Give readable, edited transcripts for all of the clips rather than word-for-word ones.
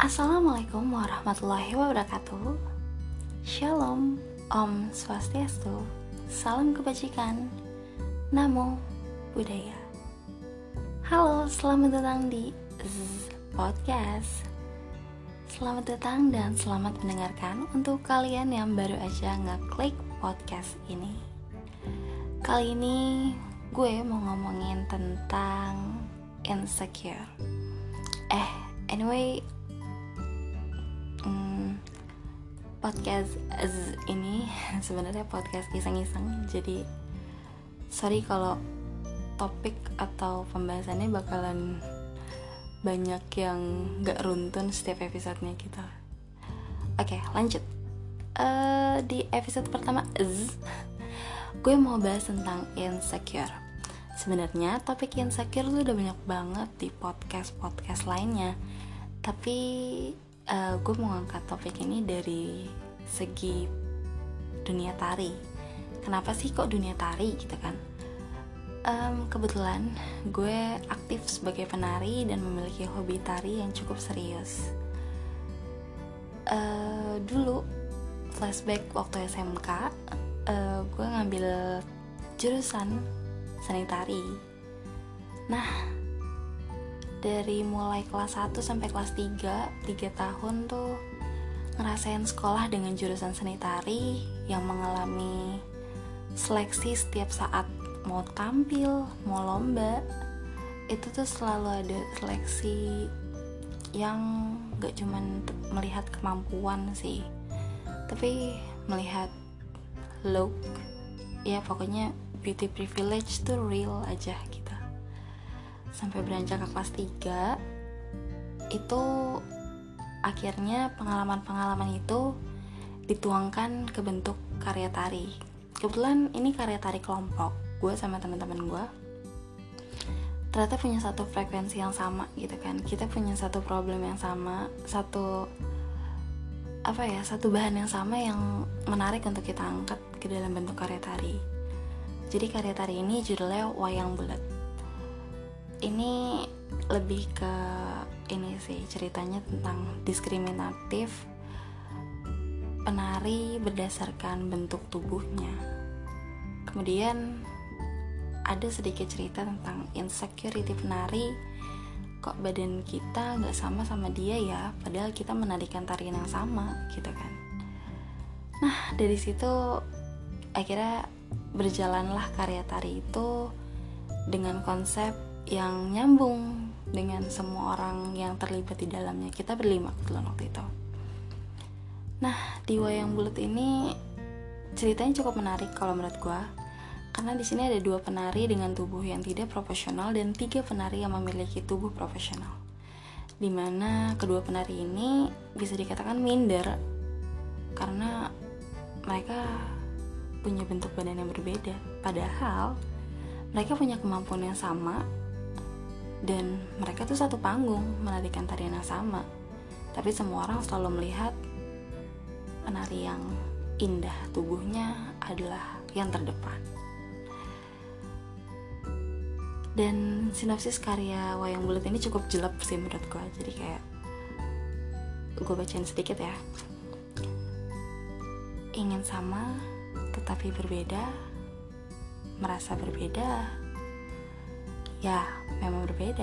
Assalamualaikum warahmatullahi wabarakatuh. Shalom, Om Swastiastu, salam kebajikan, Namo Buddhaya. Halo, selamat datang di Podcast. Selamat datang dan selamat mendengarkan untuk kalian yang baru aja ngeklik podcast ini. Kali ini gue mau ngomongin tentang insecure. Anyway, podcast ini sebenarnya podcast iseng-iseng. Jadi sorry kalau topik atau pembahasannya bakalan banyak yang gak runtun setiap episodenya kita. Oke, lanjut. Di episode pertama gue mau bahas tentang insecure. Sebenarnya topik insecure tuh udah banyak banget di podcast lainnya, tapi gue mau ngangkat topik ini dari segi dunia tari. Kenapa sih kok dunia tari gitu kan? Kebetulan gue aktif sebagai penari dan memiliki hobi tari yang cukup serius. Dulu flashback waktu SMK, gue ngambil jurusan seni tari. Nah, dari mulai kelas 1 sampai kelas 3 tahun tuh ngerasain sekolah dengan jurusan seni tari yang mengalami seleksi setiap saat mau tampil, mau lomba. Itu tuh selalu ada seleksi yang gak cuman melihat kemampuan sih, tapi melihat look. Ya pokoknya beauty privilege tuh real aja gitu. Sampai beranjak ke kelas 3, itu akhirnya pengalaman-pengalaman itu dituangkan ke bentuk karya tari. Kebetulan ini karya tari kelompok. Gue sama teman-teman gue ternyata punya satu frekuensi yang sama gitu kan. Kita punya satu problem yang sama, satu bahan yang sama yang menarik untuk kita angkat ke dalam bentuk karya tari. Jadi karya tari ini judulnya Wayang Bulet. Ini lebih ke ini sih, ceritanya tentang diskriminatif penari berdasarkan bentuk tubuhnya. Kemudian ada sedikit cerita tentang insecurity penari. Kok badan kita gak sama dia ya, padahal kita menarikan tarian yang sama gitu kan. Nah, dari situ akhirnya berjalanlah karya tari itu dengan konsep yang nyambung dengan semua orang yang terlibat di dalamnya. Kita berlima kebetulan waktu itu. Nah, di Wayang Bulet ini ceritanya cukup menarik kalau menurut gue, karena di sini ada 2 penari dengan tubuh yang tidak proporsional dan 3 penari yang memiliki tubuh profesional. Dimana kedua penari ini bisa dikatakan minder karena mereka punya bentuk badan yang berbeda, padahal mereka punya kemampuan yang sama dan mereka tuh satu panggung menarikan tarian yang sama. Tapi semua orang selalu melihat penari yang indah tubuhnya adalah yang terdepan. Dan sinopsis karya Wayang Bulet ini cukup jelek sih menurut gue. Jadi kayak gue bacain sedikit ya. Ingin sama tetapi berbeda, merasa berbeda, ya memang berbeda.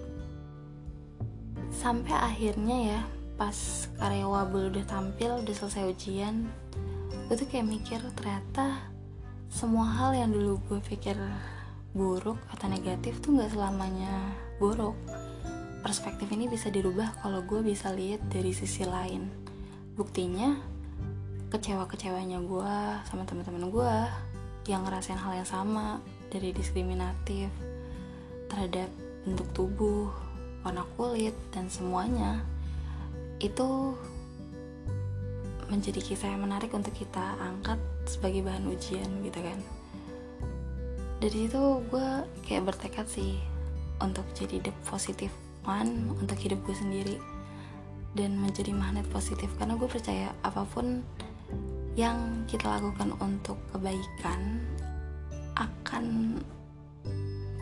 Sampai akhirnya ya, pas karya Wabul udah tampil, udah selesai ujian, gue tuh kayak mikir ternyata semua hal yang dulu gue pikir buruk atau negatif tuh gak selamanya buruk. Perspektif ini bisa dirubah kalau gue bisa lihat dari sisi lain. Buktinya kecewa-kecewanya gue sama teman-teman gue yang ngerasain hal yang sama, dari diskriminatif terhadap bentuk tubuh, warna kulit, dan semuanya, itu menjadi kisah yang menarik untuk kita angkat sebagai bahan ujian gitu kan. Dari situ gue kayak bertekad sih untuk jadi the positive one untuk hidup gue sendiri dan menjadi magnet positif, karena gue percaya apapun yang kita lakukan untuk kebaikan akan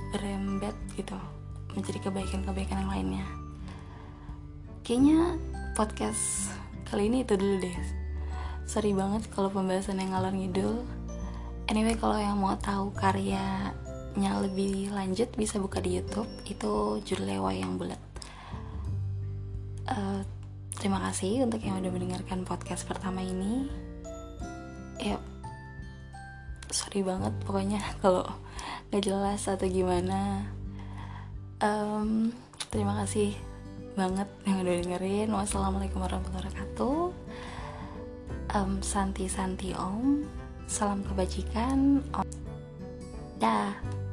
berembet gitu menjadi kebaikan-kebaikan yang lainnya. Kayaknya podcast kali ini itu dulu deh. Sorry banget kalau pembahasan yang ngalor ngidul. Anyway, kalau yang mau tahu karyanya lebih lanjut bisa buka di YouTube, itu judulnya Wayang Bulat. Terima kasih untuk yang udah mendengarkan podcast pertama ini. Ya, sorry banget pokoknya kalau gak jelas atau gimana. Terima kasih banget yang udah dengerin. Wassalamualaikum warahmatullahi wabarakatuh. Santi om, salam kebajikan. Dah.